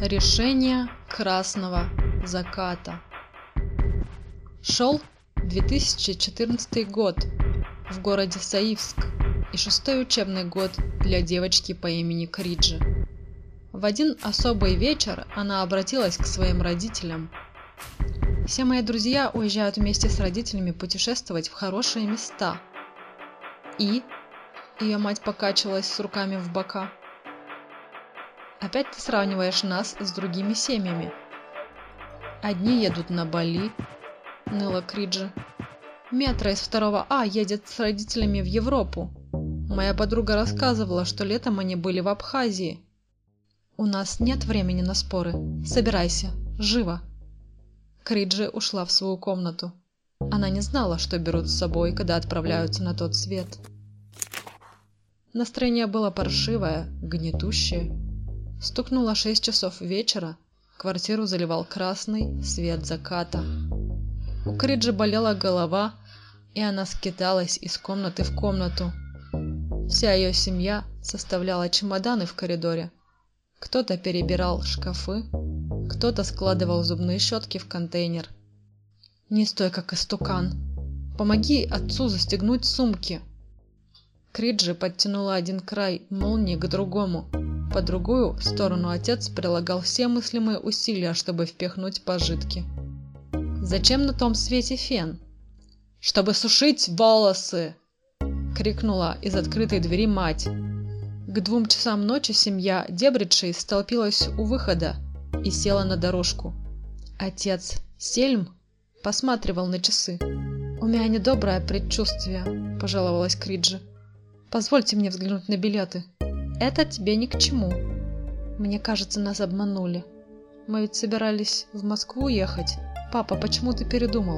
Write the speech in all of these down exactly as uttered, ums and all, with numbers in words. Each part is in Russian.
Решение красного заката. Шел две тысячи четырнадцатый год в городе Саивск и шестой учебный год для девочки по имени Криджи. В один особый вечер она обратилась к своим родителям. Все мои друзья уезжают вместе с родителями путешествовать в хорошие места. И ее мать покачивалась с руками в бока. Опять ты сравниваешь нас с другими семьями. Одни едут на Бали, ныла Криджи. Метро из второго А едет с родителями в Европу. Моя подруга рассказывала, что летом они были в Абхазии. У нас нет времени на споры. Собирайся, живо. Криджи ушла в свою комнату. Она не знала, что берут с собой, когда отправляются на тот свет. Настроение было паршивое, гнетущее. Стукнуло шесть часов вечера, квартиру заливал красный свет заката. У Криджи болела голова, и она скиталась из комнаты в комнату. Вся ее семья составляла чемоданы в коридоре. Кто-то перебирал шкафы, кто-то складывал зубные щетки в контейнер. «Не стой, как истукан! Помоги отцу застегнуть сумки!» Криджи подтянула один край молнии к другому. По другую сторону отец прилагал все мыслимые усилия, чтобы впихнуть пожитки. «Зачем на том свете фен?» «Чтобы сушить волосы!» — крикнула из открытой двери мать. К двум часам ночи семья Дебриджей столпилась у выхода и села на дорожку. Отец Сельм посматривал на часы. «У меня недоброе предчувствие», — пожаловалась Криджи. «Позвольте мне взглянуть на билеты». «Это тебе ни к чему. Мне кажется, нас обманули. Мы ведь собирались в Москву ехать. Папа, почему ты передумал?»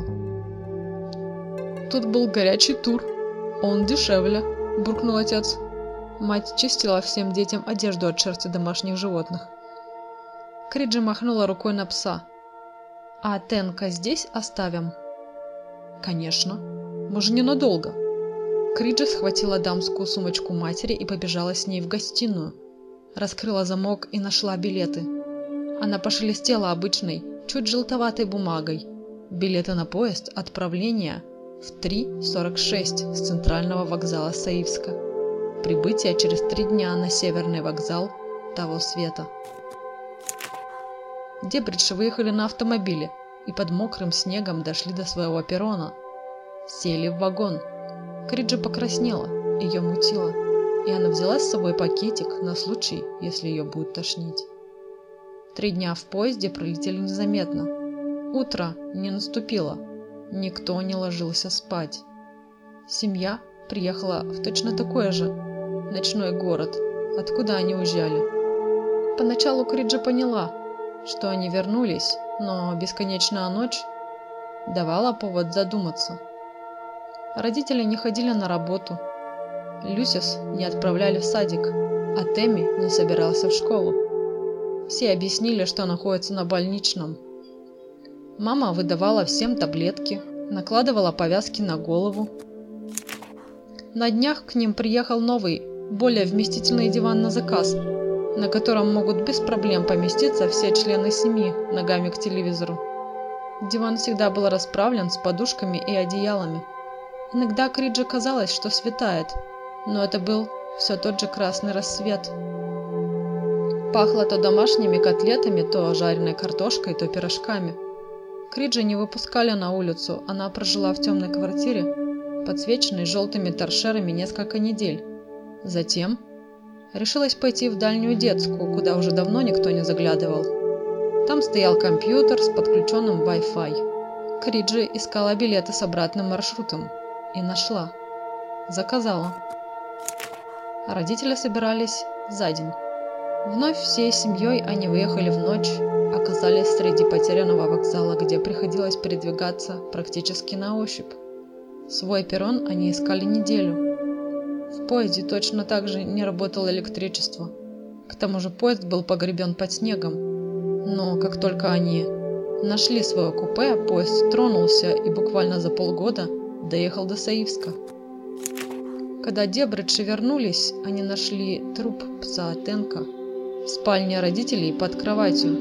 «Тут был горячий тур. Он дешевле», — буркнул отец. Мать чистила всем детям одежду от шерсти домашних животных. Криджи махнула рукой на пса. «А Тенка здесь оставим?» «Конечно. Мы же ненадолго». Криджи схватила дамскую сумочку матери и побежала с ней в гостиную. Раскрыла замок и нашла билеты. Она пошелестела обычной, чуть желтоватой бумагой. Билеты на поезд отправления в три сорок шесть с центрального вокзала Саивска. Прибытие через три дня на северный вокзал того света. Дебриджи выехали на автомобиле и под мокрым снегом дошли до своего перрона. Сели в вагон. Криджи покраснела, ее мутило, и она взяла с собой пакетик на случай, если ее будет тошнить. Три дня в поезде пролетели незаметно. Утро не наступило, никто не ложился спать. Семья приехала в точно такой же ночной город, откуда они уезжали. Поначалу Криджи поняла, что они вернулись, но бесконечная ночь давала повод задуматься. Родители не ходили на работу, Люсис не отправляли в садик, а Тэмми не собирался в школу. Все объяснили, что находится на больничном. Мама выдавала всем таблетки, накладывала повязки на голову. На днях к ним приехал новый, более вместительный диван на заказ, на котором могут без проблем поместиться все члены семьи ногами к телевизору. Диван всегда был расправлен с подушками и одеялами. Иногда Криджи казалось, что светает, но это был все тот же красный рассвет. Пахло то домашними котлетами, то жареной картошкой, то пирожками. Криджи не выпускали на улицу, она прожила в темной квартире, подсвеченной желтыми торшерами несколько недель. Затем решилась пойти в дальнюю детскую, куда уже давно никто не заглядывал. Там стоял компьютер с подключенным Wi-Fi. Криджи искала билеты с обратным маршрутом. И нашла. Заказала. Родители собирались за день. Вновь всей семьей они выехали в ночь, оказались среди потерянного вокзала, где приходилось передвигаться практически на ощупь. Свой перрон они искали неделю. В поезде точно так же не работало электричество. К тому же поезд был погребен под снегом. Но как только они нашли свое купе, поезд тронулся и буквально за полгода доехал до Саивска. Когда Дебриджи вернулись, они нашли труп пса Тенка, в спальне родителей под кроватью.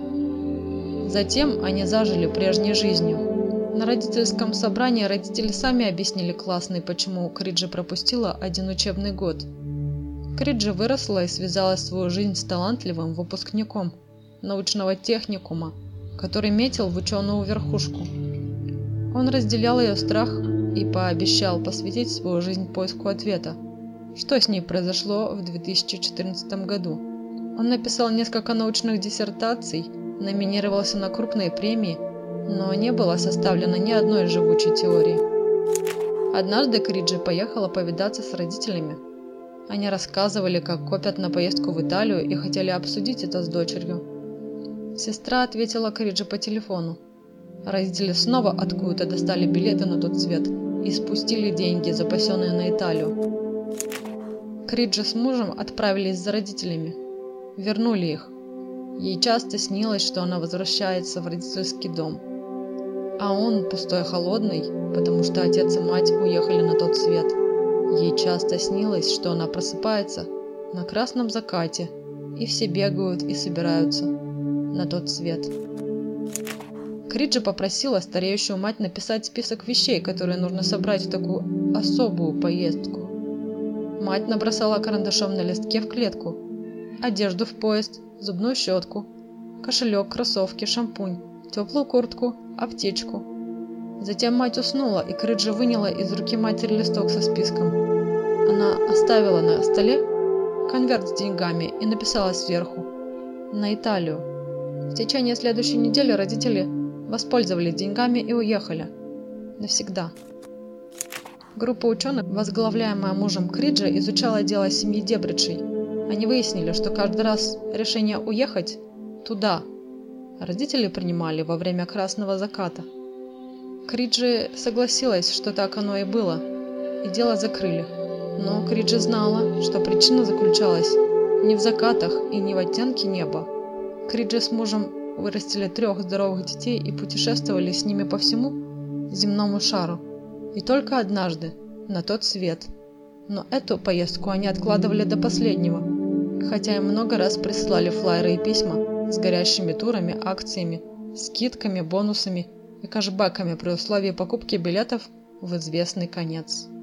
Затем они зажили прежней жизнью. На родительском собрании родители сами объяснили классной, почему Криджи пропустила один учебный год. Криджи выросла и связала свою жизнь с талантливым выпускником научного техникума, который метил в ученую верхушку. Он разделял ее страх и пообещал посвятить свою жизнь поиску ответа, что с ней произошло в две тысячи четырнадцатом году. Он написал несколько научных диссертаций, номинировался на крупные премии, но не было составлено ни одной живучей теории. Однажды Криджи поехала повидаться с родителями. Они рассказывали, как копят на поездку в Италию и хотели обсудить это с дочерью. Сестра ответила Криджи по телефону. Родители снова откуда-то достали билеты на тот свет и спустили деньги, запасенные на Италию. Криджи с мужем отправились за родителями. Вернули их. Ей часто снилось, что она возвращается в родительский дом. А он пустой и холодный, потому что отец и мать уехали на тот свет. Ей часто снилось, что она просыпается на красном закате, и все бегают и собираются на тот свет. Криджи попросила стареющую мать написать список вещей, которые нужно собрать в такую особую поездку. Мать набросала карандашом на листке в клетку: одежду в поезд, зубную щетку, кошелек, кроссовки, шампунь, теплую куртку, аптечку. Затем мать уснула, и Криджи выняла из руки матери листок со списком. Она оставила на столе конверт с деньгами и написала сверху: «На Италию». В течение следующей недели родители воспользовались деньгами и уехали. Навсегда. Группа ученых, возглавляемая мужем Криджи, изучала дело семьи Дебриджей. Они выяснили, что каждый раз решение уехать туда родители принимали во время красного заката. Криджи согласилась, что так оно и было, и дело закрыли. Но Криджи знала, что причина заключалась не в закатах и не в оттенке неба. Криджи с мужем вырастили трех здоровых детей и путешествовали с ними по всему земному шару. И только однажды на тот свет. Но эту поездку они откладывали до последнего, хотя им много раз присылали флаеры и письма с горящими турами, акциями, скидками, бонусами и кэшбэками при условии покупки билетов в известный конец.